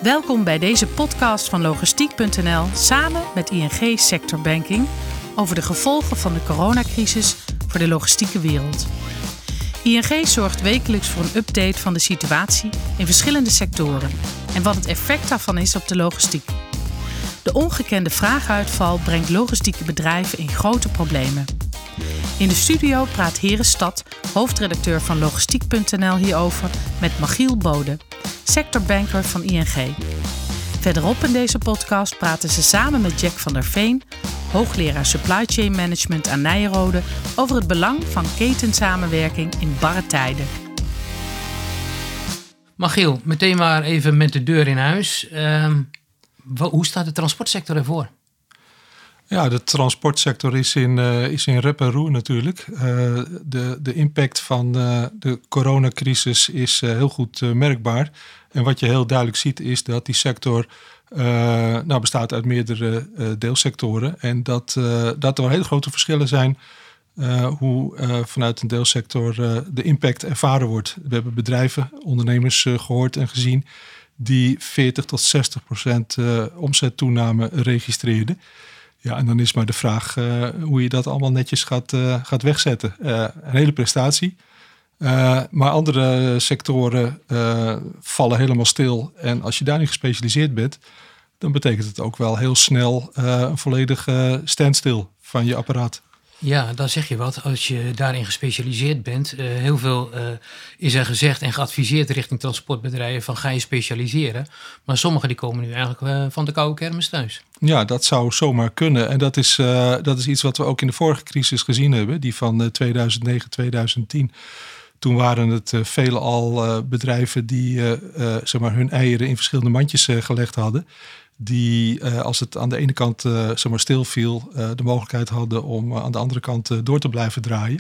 Welkom bij deze podcast van Logistiek.nl samen met ING Sector Banking over de gevolgen van de coronacrisis voor de logistieke wereld. ING zorgt wekelijks voor een update van de situatie in verschillende sectoren en wat het effect daarvan is op de logistiek. De ongekende vraaguitval brengt logistieke bedrijven in grote problemen. In de studio praat Heere Stad, hoofdredacteur van Logistiek.nl hierover met Machiel Bode, sectorbanker van ING. Verderop in deze podcast praten ze samen met Jack van der Veen, hoogleraar Supply Chain Management aan Nijrode, over het belang van ketensamenwerking in barre tijden. Machiel, meteen maar even met de deur in huis. Hoe staat de transportsector ervoor? Ja, de transportsector is in rep en roer natuurlijk. De impact van de coronacrisis is heel goed merkbaar. En wat je heel duidelijk ziet is dat die sector bestaat uit meerdere deelsectoren. En dat er hele grote verschillen zijn hoe vanuit een deelsector de impact ervaren wordt. We hebben bedrijven, ondernemers gehoord en gezien die 40-60% omzettoename registreerden. Ja, en dan is maar de vraag hoe je dat allemaal netjes gaat wegzetten. Een hele prestatie. Maar andere sectoren vallen helemaal stil. En als je daarin gespecialiseerd bent, dan betekent het ook wel heel snel een volledige standstill van je apparaat. Ja, dan zeg je wat. Als je daarin gespecialiseerd bent, heel veel is er gezegd en geadviseerd richting transportbedrijven van ga je specialiseren. Maar sommigen die komen nu eigenlijk van de koude kermis thuis. Ja, dat zou zomaar kunnen. En dat is iets wat we ook in de vorige crisis gezien hebben. Die van 2009, 2010. Toen waren het veelal bedrijven die hun eieren in verschillende mandjes gelegd hadden. Die als het aan de ene kant stil viel, de mogelijkheid hadden om aan de andere kant door te blijven draaien.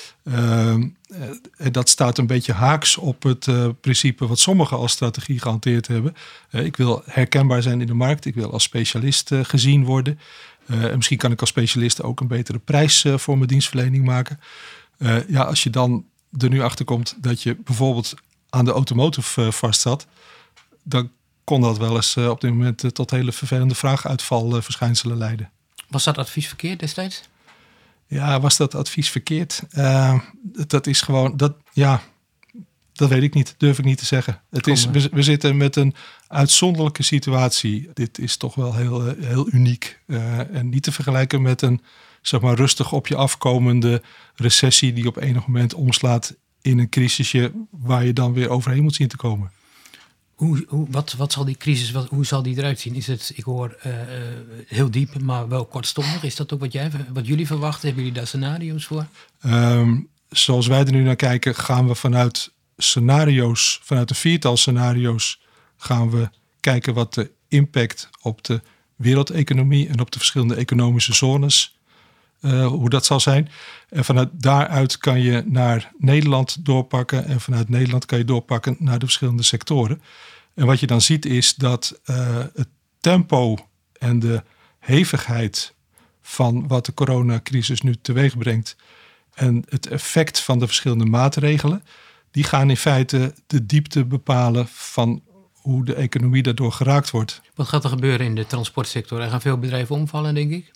Dat staat een beetje haaks op het principe wat sommigen als strategie gehanteerd hebben. Ik wil herkenbaar zijn in de markt. Ik wil als specialist gezien worden. En misschien kan ik als specialist ook een betere prijs voor mijn dienstverlening maken. Als je dan er nu achter komt dat je bijvoorbeeld aan de automotive vast zat, dan kon dat wel eens op dit moment tot hele vervelende vraaguitvalverschijnselen leiden. Was dat advies verkeerd destijds? Ja, was dat advies verkeerd? Dat is gewoon, dat weet ik niet, durf ik niet te zeggen. We zitten met een uitzonderlijke situatie. Dit is toch wel heel uniek. En niet te vergelijken met een rustig op je afkomende recessie die op enig moment omslaat in een crisisje waar je dan weer overheen moet zien te komen. Wat zal die crisis, hoe zal die eruit zien? Is het, ik hoor heel diep, maar wel kortstondig. Is dat ook wat jullie verwachten? Hebben jullie daar scenario's voor? Zoals wij er nu naar kijken, gaan we vanuit een viertal scenario's, gaan we kijken wat de impact op de wereldeconomie en op de verschillende economische zones, hoe dat zal zijn. En vanuit daaruit kan je naar Nederland doorpakken. En vanuit Nederland kan je doorpakken naar de verschillende sectoren. En wat je dan ziet is dat het tempo en de hevigheid van wat de coronacrisis nu teweeg brengt en het effect van de verschillende maatregelen, die gaan in feite de diepte bepalen van hoe de economie daardoor geraakt wordt. Wat gaat er gebeuren in de transportsector? Er gaan veel bedrijven omvallen, denk ik.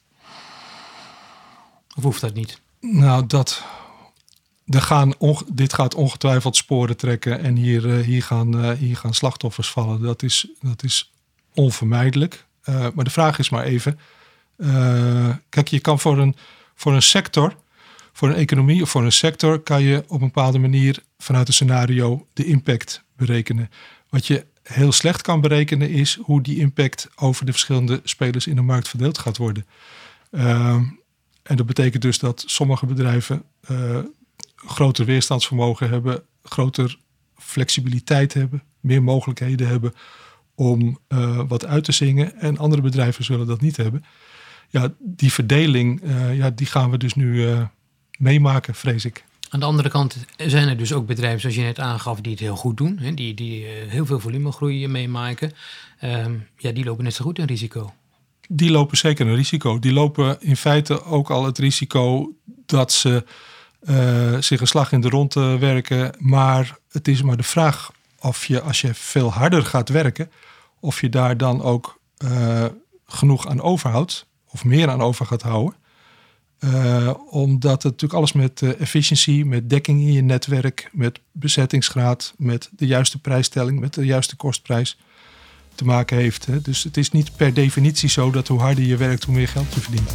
Of hoeft dat niet? Nou, dit gaat ongetwijfeld sporen trekken en hier gaan slachtoffers vallen. Dat is onvermijdelijk. Maar de vraag is maar even. Kijk, je kan voor een sector, voor een economie of voor een sector, kan je op een bepaalde manier vanuit een scenario de impact berekenen. Wat je heel slecht kan berekenen is hoe die impact over de verschillende spelers in de markt verdeeld gaat worden. En dat betekent dus dat sommige bedrijven groter weerstandsvermogen hebben, groter flexibiliteit hebben, meer mogelijkheden hebben om wat uit te zingen. En andere bedrijven zullen dat niet hebben. Ja, die verdeling, die gaan we dus nu meemaken, vrees ik. Aan de andere kant zijn er dus ook bedrijven, zoals je net aangaf, die het heel goed doen. Hè, die heel veel volumegroei meemaken. Die lopen net zo goed een risico. Die lopen zeker een risico. Die lopen in feite ook al het risico dat ze zich een slag in de rond werken. Maar het is maar de vraag of je, als je veel harder gaat werken, of je daar dan ook genoeg aan overhoudt of meer aan over gaat houden. Omdat het natuurlijk alles met efficiëntie, met dekking in je netwerk, met bezettingsgraad, met de juiste prijsstelling, met de juiste kostprijs te maken heeft. Hè. Dus het is niet per definitie zo dat hoe harder je werkt, hoe meer geld je verdient.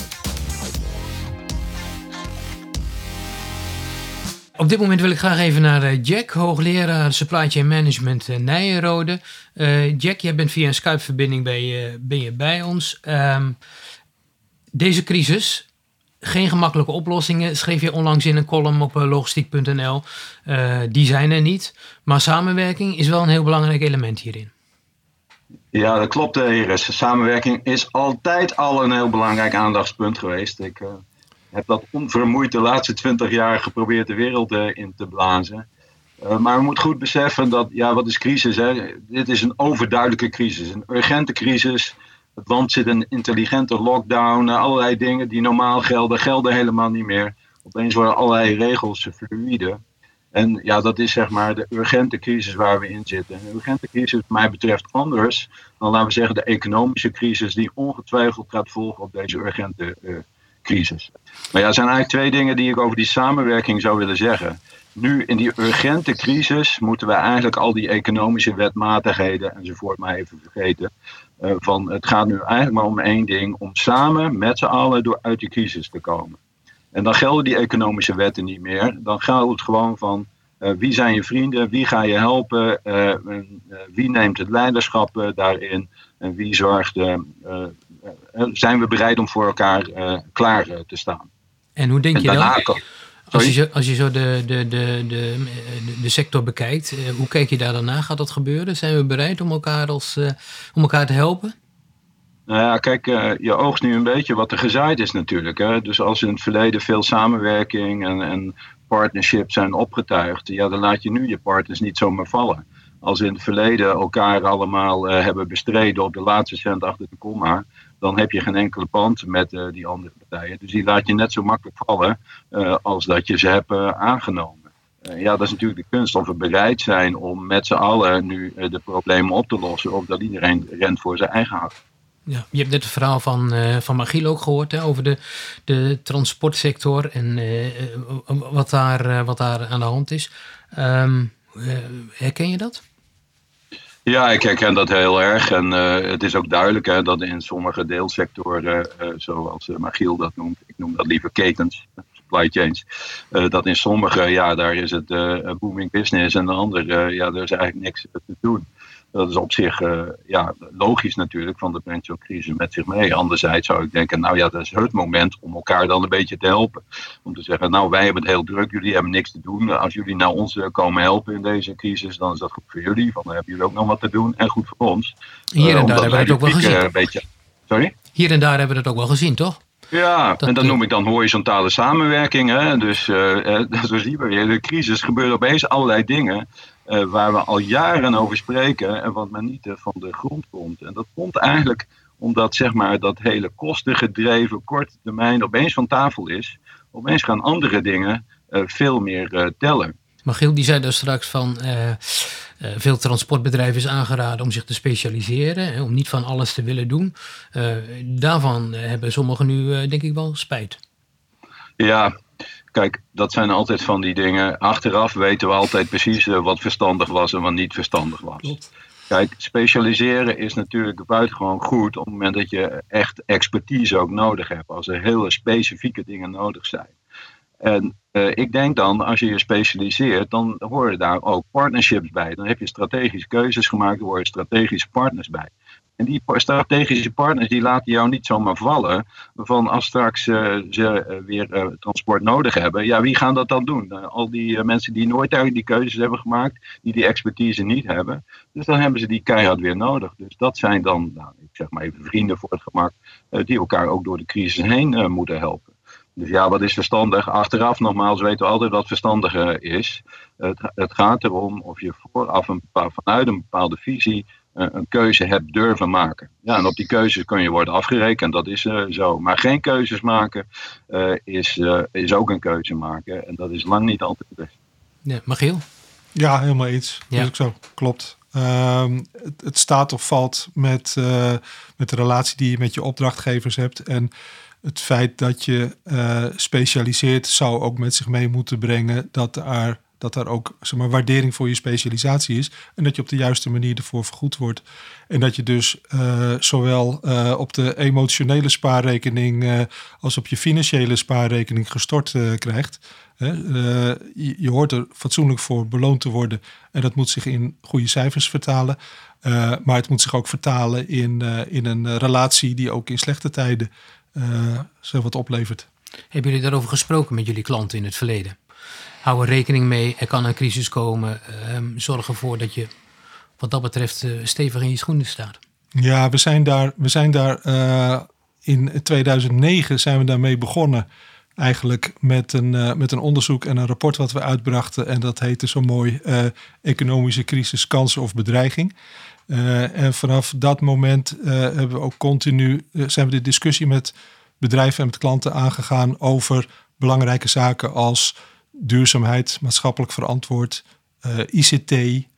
Op dit moment wil ik graag even naar Jack, hoogleraar Supply Chain Management Nijenrode. Jack, jij bent via een Skype-verbinding ben je bij ons. Deze crisis, geen gemakkelijke oplossingen, schreef je onlangs in een column op logistiek.nl. Die zijn er niet, maar samenwerking is wel een heel belangrijk element hierin. Ja, dat klopt, Iris. Samenwerking is altijd al een heel belangrijk aandachtspunt geweest. Ik heb dat onvermoeid de laatste 20 jaar geprobeerd de wereld in te blazen. Maar we moeten goed beseffen dat, wat is crisis? Hè? Dit is een overduidelijke crisis, een urgente crisis. Het land zit in een intelligente lockdown. Allerlei dingen die normaal gelden helemaal niet meer. Opeens worden allerlei regels fluïde. En dat is zeg maar de urgente crisis waar we in zitten. Een urgente crisis wat mij betreft anders dan, laten we zeggen, de economische crisis die ongetwijfeld gaat volgen op deze urgente crisis. Maar er zijn eigenlijk twee dingen die ik over die samenwerking zou willen zeggen. Nu in die urgente crisis moeten we eigenlijk al die economische wetmatigheden enzovoort maar even vergeten. Het gaat nu eigenlijk maar om één ding, om samen met z'n allen uit die crisis te komen. En dan gelden die economische wetten niet meer. Dan geldt het gewoon van wie zijn je vrienden, wie ga je helpen, wie neemt het leiderschap daarin en wie zorgt, zijn we bereid om voor elkaar klaar te staan. En hoe denk je dan? Als je zo de sector bekijkt, hoe kijk je daar dan naar? Gaat dat gebeuren? Zijn we bereid om elkaar te helpen? Nou ja, kijk, je oogst nu een beetje wat er gezaaid is natuurlijk. Hè? Dus als in het verleden veel samenwerking en partnership zijn opgetuigd, dan laat je nu je partners niet zomaar vallen. Als in het verleden elkaar allemaal hebben bestreden op de laatste cent achter de komma, dan heb je geen enkele band met die andere partijen. Dus die laat je net zo makkelijk vallen als dat je ze hebt aangenomen. Dat is natuurlijk de kunst of we bereid zijn om met z'n allen nu de problemen op te lossen, of dat iedereen rent voor zijn eigen hart. Ja, je hebt net het verhaal van Magiel ook gehoord, hè, over de transportsector en wat daar aan de hand is. Herken je dat? Ja, ik herken dat heel erg. En het is ook duidelijk dat in sommige deelsectoren, zoals Magiel dat noemt, ik noem dat liever ketens, supply chains, dat in sommige, daar is het booming business en de andere, er is eigenlijk niks te doen. Dat is op zich logisch natuurlijk, want dat brengt zo'n crisis met zich mee. Anderzijds zou ik denken, dat is het moment om elkaar dan een beetje te helpen. Om te zeggen, wij hebben het heel druk, jullie hebben niks te doen. Als jullie ons komen helpen in deze crisis, dan is dat goed voor jullie. Want dan hebben jullie ook nog wat te doen en goed voor ons. Hier en daar hebben we het ook wel gezien. Sorry? Hier en daar hebben we het ook wel gezien, toch? Ja, en dat noem ik dan horizontale samenwerking. Hè? Dus zo zien we weer, de crisis gebeuren opeens allerlei dingen waar we al jaren over spreken en wat maar niet van de grond komt. En dat komt eigenlijk omdat zeg maar dat hele kostengedreven korte termijn opeens van tafel is. Opeens gaan andere dingen veel meer tellen. Magiel die zei daar straks van veel transportbedrijven is aangeraden om zich te specialiseren, om niet van alles te willen doen. Daarvan hebben sommigen nu denk ik wel spijt. Ja, kijk, dat zijn altijd van die dingen. Achteraf weten we altijd precies wat verstandig was en wat niet verstandig was. Klopt. Kijk, specialiseren is natuurlijk buitengewoon goed op het moment dat je echt expertise ook nodig hebt. Als er hele specifieke dingen nodig zijn. En ik denk dan, als je je specialiseert, dan horen daar ook partnerships bij. Dan heb je strategische keuzes gemaakt, er horen strategische partners bij. En die strategische partners die laten jou niet zomaar vallen. Van als straks ze weer transport nodig hebben. Wie gaan dat dan doen? Al die mensen die nooit eigenlijk die keuzes hebben gemaakt. Die expertise niet hebben. Dus dan hebben ze die keihard weer nodig. Dus dat zijn dan, ik zeg maar even vrienden voor het gemak. Die elkaar ook door de crisis heen moeten helpen. Dus wat is verstandig? Achteraf nogmaals weten we altijd wat verstandiger is. Het gaat erom of je vooraf vanuit een bepaalde visie een keuze hebt durven maken. Ja, en op die keuzes kun je worden afgerekend, dat is zo. Maar geen keuzes maken is ook een keuze maken. En dat is lang niet altijd het beste. Ja, Magiel? Ja, helemaal eens. Ja. Dat is ook zo, klopt. Het staat of valt met de relatie die je met je opdrachtgevers hebt. En het feit dat je specialiseert zou ook met zich mee moeten brengen dat daar ook waardering voor je specialisatie is. En dat je op de juiste manier ervoor vergoed wordt. En dat je dus zowel op de emotionele spaarrekening als op je financiële spaarrekening gestort krijgt. Je hoort er fatsoenlijk voor beloond te worden. En dat moet zich in goede cijfers vertalen. Maar het moet zich ook vertalen in een relatie die ook in slechte tijden zo wat oplevert. Hebben jullie daarover gesproken met jullie klanten in het verleden? Hou er rekening mee, er kan een crisis komen. Zorg ervoor dat je wat dat betreft stevig in je schoenen staat. Ja, we zijn daar in 2009 zijn we daarmee begonnen. Eigenlijk met een onderzoek en een rapport wat we uitbrachten. En dat heette zo mooi economische crisis, kansen of bedreiging. En vanaf dat moment hebben we ook continu zijn we de discussie met bedrijven en met klanten aangegaan over belangrijke zaken als duurzaamheid, maatschappelijk verantwoord, ICT,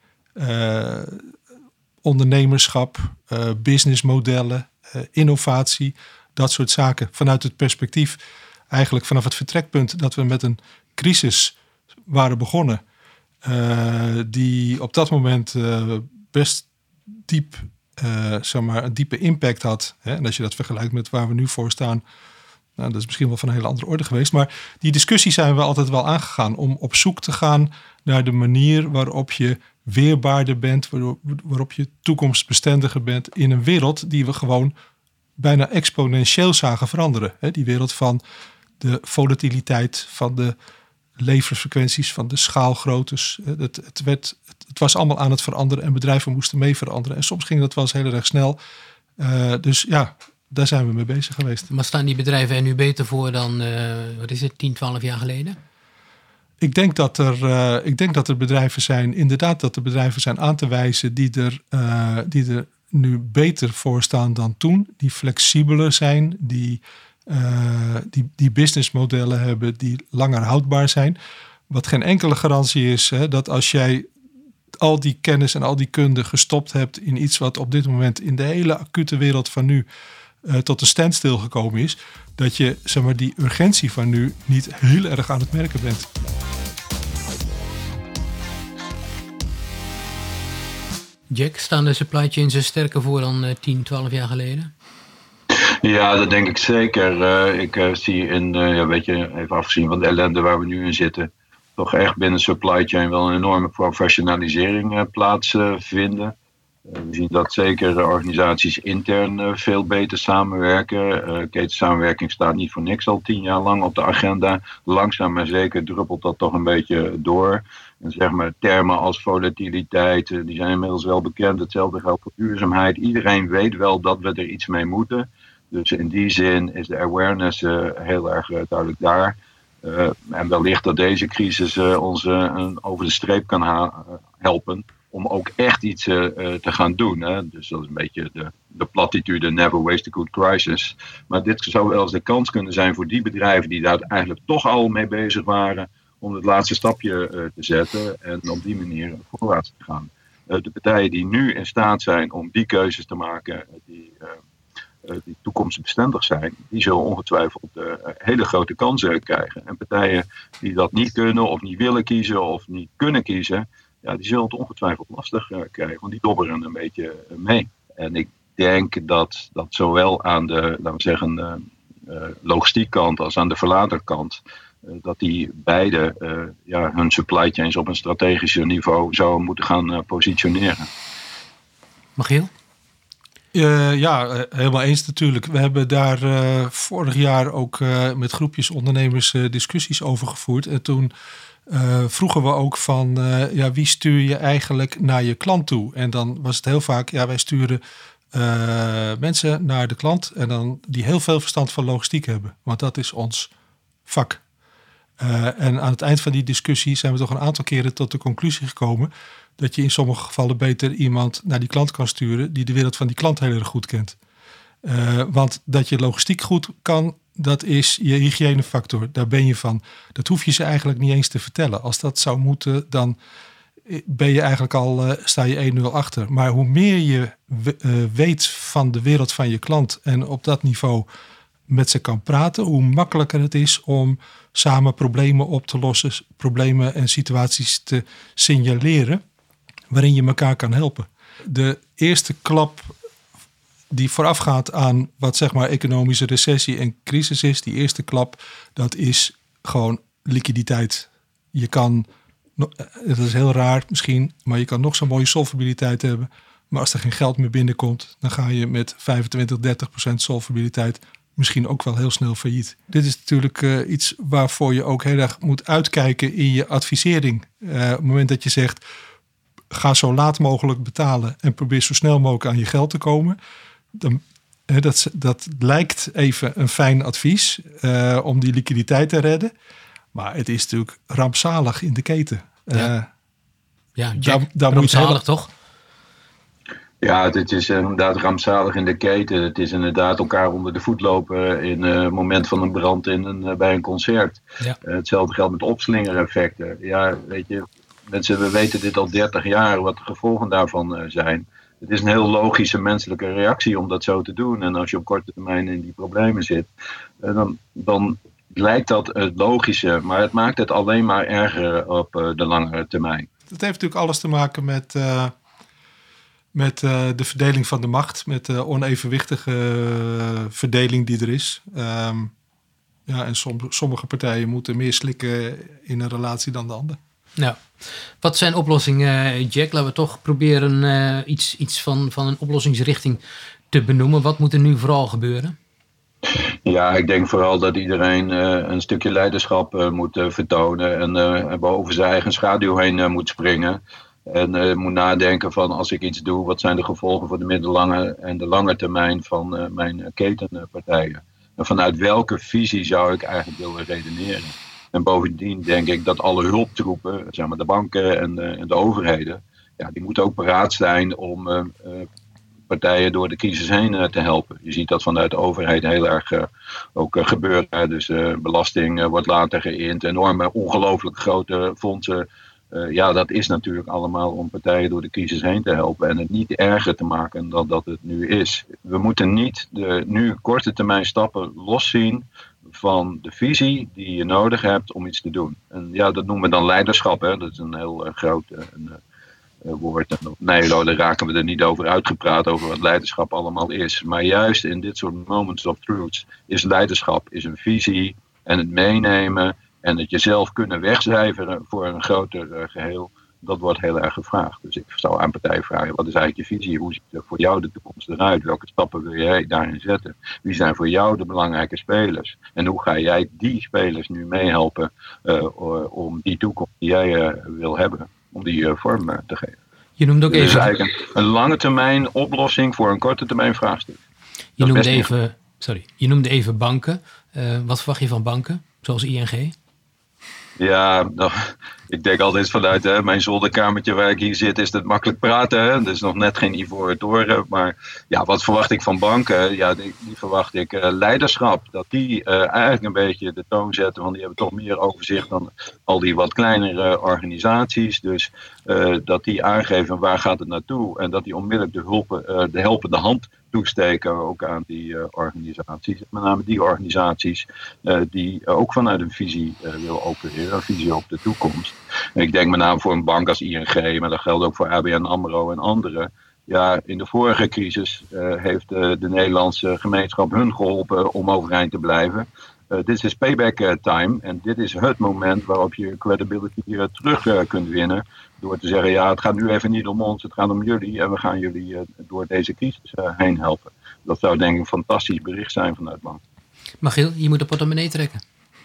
ondernemerschap, businessmodellen, innovatie, dat soort zaken. Vanuit het perspectief, eigenlijk vanaf het vertrekpunt dat we met een crisis waren begonnen, die op dat moment best diep, een diepe impact had. Hè? En als je dat vergelijkt met waar we nu voor staan, nou, dat is misschien wel van een hele andere orde geweest. Maar die discussie zijn we altijd wel aangegaan om op zoek te gaan naar de manier waarop je weerbaarder bent, waarop je toekomstbestendiger bent in een wereld die we gewoon bijna exponentieel zagen veranderen. Die wereld van de volatiliteit, van de leverfrequenties, van de schaalgroottes. Het was allemaal aan het veranderen en bedrijven moesten mee veranderen. En soms ging dat wel eens heel erg snel. Dus ja, daar zijn we mee bezig geweest. Maar staan die bedrijven er nu beter voor dan, 10, 12 jaar geleden? Ik denk dat er bedrijven zijn, inderdaad dat er bedrijven zijn aan te wijzen die er nu beter voor staan dan toen. Die flexibeler zijn, die businessmodellen hebben die langer houdbaar zijn. Wat geen enkele garantie is, dat als jij al die kennis en al die kunde gestopt hebt in iets wat op dit moment in de hele acute wereld van nu tot een standstill gekomen is, dat je die urgentie van nu niet heel erg aan het merken bent. Jack, staan de supply chains er sterker voor dan 10, 12 jaar geleden? Ja, dat denk ik zeker. Ik zie even afgezien van de ellende waar we nu in zitten, toch echt binnen supply chain wel een enorme professionalisering plaatsvinden. We zien dat zeker organisaties intern veel beter samenwerken. Ketensamenwerking staat niet voor niks al 10 jaar lang op de agenda. Langzaam maar zeker druppelt dat toch een beetje door. En termen als volatiliteit, die zijn inmiddels wel bekend. Hetzelfde geldt voor duurzaamheid. Iedereen weet wel dat we er iets mee moeten. Dus in die zin is de awareness heel erg duidelijk daar. En wellicht dat deze crisis ons over de streep kan helpen om ook echt iets te gaan doen. Hè? Dus dat is een beetje de platitude, never waste a good crisis. Maar dit zou wel eens de kans kunnen zijn voor die bedrijven die daar eigenlijk toch al mee bezig waren, om het laatste stapje te zetten en op die manier voorwaarts te gaan. De partijen die nu in staat zijn om die keuzes te maken die toekomstbestendig zijn, die zullen ongetwijfeld hele grote kansen krijgen. En partijen die dat niet kunnen of niet willen kiezen of niet kunnen kiezen, ja, die zullen het ongetwijfeld lastig krijgen, want die dobberen een beetje mee. En ik denk dat zowel aan de, logistiekkant als aan de verladerkant, dat die beide hun supply chains op een strategischer niveau zouden moeten gaan positioneren. Michiel? Ja, helemaal eens natuurlijk. We hebben daar vorig jaar ook met groepjes ondernemers discussies over gevoerd. En toen vroegen we ook van wie stuur je eigenlijk naar je klant toe? En dan was het heel vaak, wij sturen mensen naar de klant en dan die heel veel verstand van logistiek hebben. Want dat is ons vak. En aan het eind van die discussie zijn we toch een aantal keren tot de conclusie gekomen dat je in sommige gevallen beter iemand naar die klant kan sturen die de wereld van die klant heel erg goed kent. Want dat je logistiek goed kan, dat is je hygiënefactor. Daar ben je van. Dat hoef je ze eigenlijk niet eens te vertellen. Als dat zou moeten, dan ben je eigenlijk sta je 1-0 achter. Maar hoe meer je weet van de wereld van je klant en op dat niveau met ze kan praten, hoe makkelijker het is om samen problemen op te lossen, problemen en situaties te signaleren waarin je elkaar kan helpen. De eerste klap die voorafgaat aan wat zeg maar economische recessie en crisis is, die eerste klap, dat is gewoon liquiditeit. Je kan, dat is heel raar misschien, maar je kan nog zo'n mooie solvabiliteit hebben. Maar als er geen geld meer binnenkomt, dan ga je met 25-30% solvabiliteit misschien ook wel heel snel failliet. Dit is natuurlijk iets waarvoor je ook heel erg moet uitkijken in je advisering. Op het moment dat je zegt, ga zo laat mogelijk betalen en probeer zo snel mogelijk aan je geld te komen. Dat lijkt even een fijn advies om die liquiditeit te redden. Maar het is natuurlijk rampzalig in de keten. Rampzalig toch? Ja, het is inderdaad rampzalig in de keten. Het is inderdaad elkaar onder de voet lopen in het moment van een brand bij een concert. Ja. Hetzelfde geldt met opslingereffecten. Ja, weet je, mensen, we weten dit al 30 jaar, wat de gevolgen daarvan zijn. Het is een heel logische menselijke reactie om dat zo te doen. En als je op korte termijn in die problemen zit, dan lijkt dat het logische. Maar het maakt het alleen maar erger op de langere termijn. Het heeft natuurlijk alles te maken met de verdeling van de macht. Met de onevenwichtige verdeling die er is. En sommige partijen moeten meer slikken in een relatie dan de ander. Nou, wat zijn oplossingen, Jack? Laten we toch proberen iets van een oplossingsrichting te benoemen. Wat moet er nu vooral gebeuren? Ja, ik denk vooral dat iedereen een stukje leiderschap moet vertonen. En boven zijn eigen schaduw heen moet springen. En moet nadenken van, als ik iets doe, wat zijn de gevolgen voor de middellange en de lange termijn van mijn ketenpartijen? En vanuit welke visie zou ik eigenlijk willen redeneren? En bovendien denk ik dat alle hulptroepen, zeg maar de banken en de overheden, ja, die moeten ook paraat zijn om partijen door de crisis heen te helpen. Je ziet dat vanuit de overheid heel erg ook gebeuren. Dus belasting wordt later geïnd, enorme ongelooflijk grote fondsen. Dat is natuurlijk allemaal om partijen door de crisis heen te helpen en het niet erger te maken dan dat het nu is. We moeten niet de nu korte termijn stappen loszien van de visie die je nodig hebt om iets te doen. En ja, dat noemen we dan leiderschap. Hè? Dat is een heel groot woord. En nee, daar raken we er niet over uitgepraat, over wat leiderschap allemaal is. Maar juist in dit soort moments of truth is leiderschap is een visie en het meenemen en het jezelf kunnen wegcijferen voor een groter geheel. Dat wordt heel erg gevraagd. Dus ik zou aan partijen vragen, wat is eigenlijk je visie? Hoe ziet er voor jou de toekomst eruit? Welke stappen wil jij daarin zetten? Wie zijn voor jou de belangrijke spelers? En hoe ga jij die spelers nu meehelpen om die toekomst die jij wil hebben, om die vorm te geven? Je noemde ook dus eigenlijk een lange termijn oplossing voor een korte termijn vraagstuk. Je noemde even banken. Wat verwacht je van banken, zoals ING? Ja, ik denk altijd vanuit mijn zolderkamertje waar ik hier zit, is het makkelijk praten. Hè? Er is nog net geen ivoren toren. Maar ja, wat verwacht ik van banken? Ja, die verwacht ik leiderschap. Dat die eigenlijk een beetje de toon zetten. Want die hebben toch meer overzicht dan al die wat kleinere organisaties. Dus dat die aangeven waar gaat het naartoe. En dat die onmiddellijk de helpende hand toesteken ook aan die organisaties. Met name die organisaties die ook vanuit een visie willen opereren. Een visie op de toekomst. En ik denk met name voor een bank als ING, maar dat geldt ook voor ABN AMRO en anderen. Ja, in de vorige crisis heeft de Nederlandse gemeenschap hun geholpen om overeind te blijven. Dit is payback time en dit is het moment waarop je credibility terug kunt winnen. Door te zeggen, ja, het gaat nu even niet om ons, het gaat om jullie en we gaan jullie door deze crisis heen helpen. Dat zou denk ik een fantastisch bericht zijn vanuit bank. Michiel, je moet de portemonnee trekken.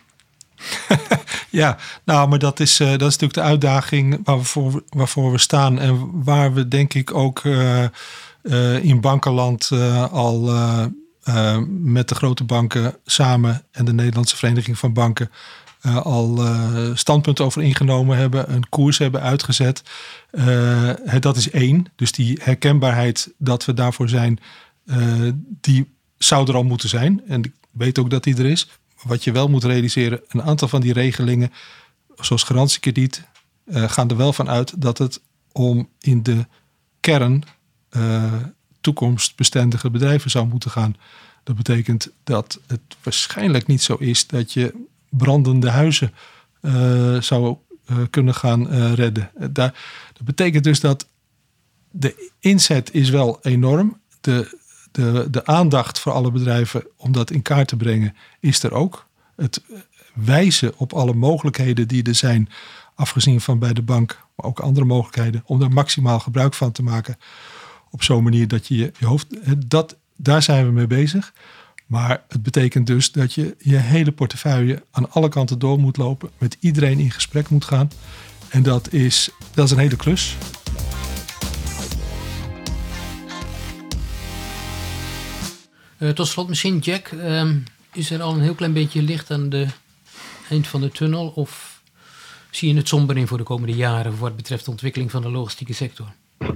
Ja, nou, maar dat is natuurlijk de uitdaging waarvoor we staan. En waar we denk ik ook in bankenland al met de grote banken samen en de Nederlandse Vereniging van Banken al standpunt over ingenomen hebben, een koers hebben uitgezet. Dat is 1. Dus die herkenbaarheid dat we daarvoor zijn, die zou er al moeten zijn. En ik weet ook dat die er is. Wat je wel moet realiseren, een aantal van die regelingen, zoals garantiekrediet, gaan er wel van uit dat het om in de kern toekomstbestendige bedrijven zou moeten gaan. Dat betekent dat het waarschijnlijk niet zo is dat je brandende huizen zou kunnen gaan redden. Dat betekent dus dat de inzet is wel enorm. De aandacht voor alle bedrijven om dat in kaart te brengen is er ook. Het wijzen op alle mogelijkheden die er zijn, afgezien van bij de bank, maar ook andere mogelijkheden, om daar maximaal gebruik van te maken op zo'n manier dat je je hoofd... Daar zijn we mee bezig. Maar het betekent dus dat je je hele portefeuille aan alle kanten door moet lopen, met iedereen in gesprek moet gaan. En dat is een hele klus. Tot slot misschien, Jack. Is er al een heel klein beetje licht aan de eind van de tunnel? Of zie je het somber in voor de komende jaren voor wat betreft de ontwikkeling van de logistieke sector?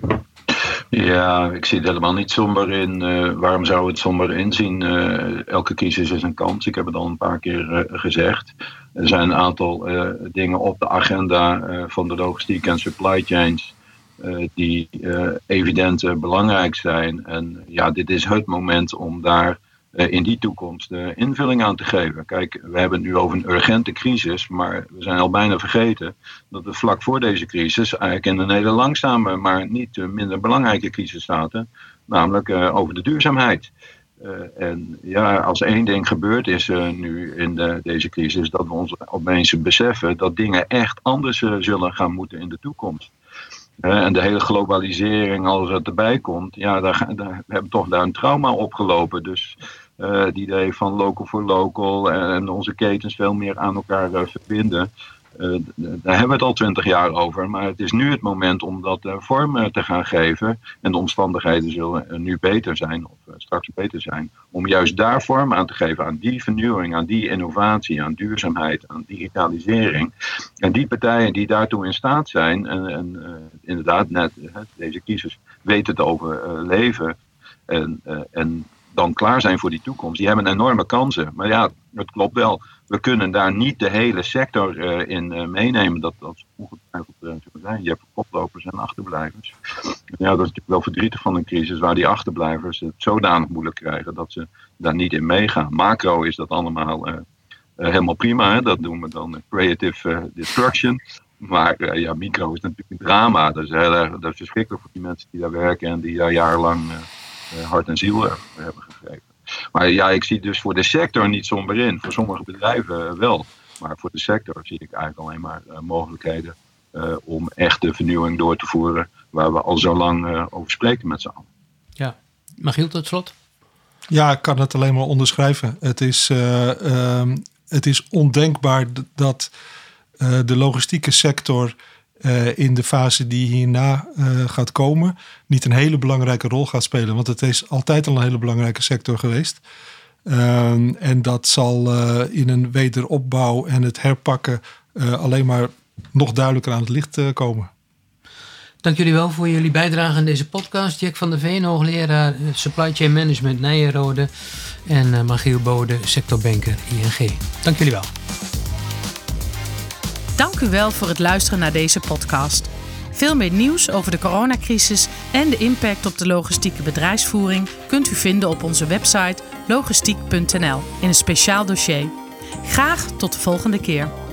Ja, ik zie het helemaal niet somber in. Waarom zou het somber inzien? Elke crisis is een kans. Ik heb het al een paar keer gezegd. Er zijn een aantal dingen op de agenda van de logistiek en supply chains die evident belangrijk zijn. En ja, dit is het moment om daar in die toekomst invulling aan te geven. Kijk, we hebben het nu over een urgente crisis, maar we zijn al bijna vergeten dat we vlak voor deze crisis eigenlijk in een hele langzame, maar niet minder belangrijke crisis zaten, namelijk over de duurzaamheid. En ja, als één ding gebeurd is nu in deze crisis, dat we ons opeens beseffen dat dingen echt anders zullen gaan moeten in de toekomst. En de hele globalisering, alles wat erbij komt, ja, we hebben toch daar een trauma opgelopen. Dus het idee van local for local en onze ketens veel meer aan elkaar verbinden. Daar hebben we het al 20 jaar over. Maar het is nu het moment om dat vorm te gaan geven. En de omstandigheden zullen nu beter zijn, of straks beter zijn. Om juist daar vorm aan te geven aan die vernieuwing, aan die innovatie, aan duurzaamheid, aan digitalisering. En die partijen die daartoe in staat zijn, en inderdaad net deze kiezers weten te overleven en dan klaar zijn voor die toekomst. Die hebben enorme kansen. Maar ja, het klopt wel. We kunnen daar niet de hele sector in meenemen. Dat ongetwijfeld zo zijn. Je hebt koplopers en achterblijvers. Ja, dat is natuurlijk wel verdrietig van een crisis waar die achterblijvers het zodanig moeilijk krijgen dat ze daar niet in meegaan. Macro is dat allemaal helemaal prima. Hè? Dat doen we dan creative destruction. Maar ja, micro is natuurlijk een drama. Dat is verschrikkelijk voor die mensen die daar werken en die daar jarenlang hart en ziel hebben gegeven. Maar ja, ik zie dus voor de sector niet somber in. Voor sommige bedrijven wel. Maar voor de sector zie ik eigenlijk alleen maar mogelijkheden om echt de vernieuwing door te voeren waar we al zo lang over spreken met z'n allen. Ja, Michiel tot slot? Ja, ik kan het alleen maar onderschrijven. Het is ondenkbaar dat de logistieke sector in de fase die hierna gaat komen niet een hele belangrijke rol gaat spelen. Want het is altijd al een hele belangrijke sector geweest. En dat zal in een wederopbouw en het herpakken alleen maar nog duidelijker aan het licht komen. Dank jullie wel voor jullie bijdrage aan deze podcast. Jack van der Veen, hoogleraar Supply Chain Management Nijenrode en Michiel Bode, sectorbanker ING. Dank jullie wel. Dank u wel voor het luisteren naar deze podcast. Veel meer nieuws over de coronacrisis en de impact op de logistieke bedrijfsvoering kunt u vinden op onze website logistiek.nl in een speciaal dossier. Graag tot de volgende keer.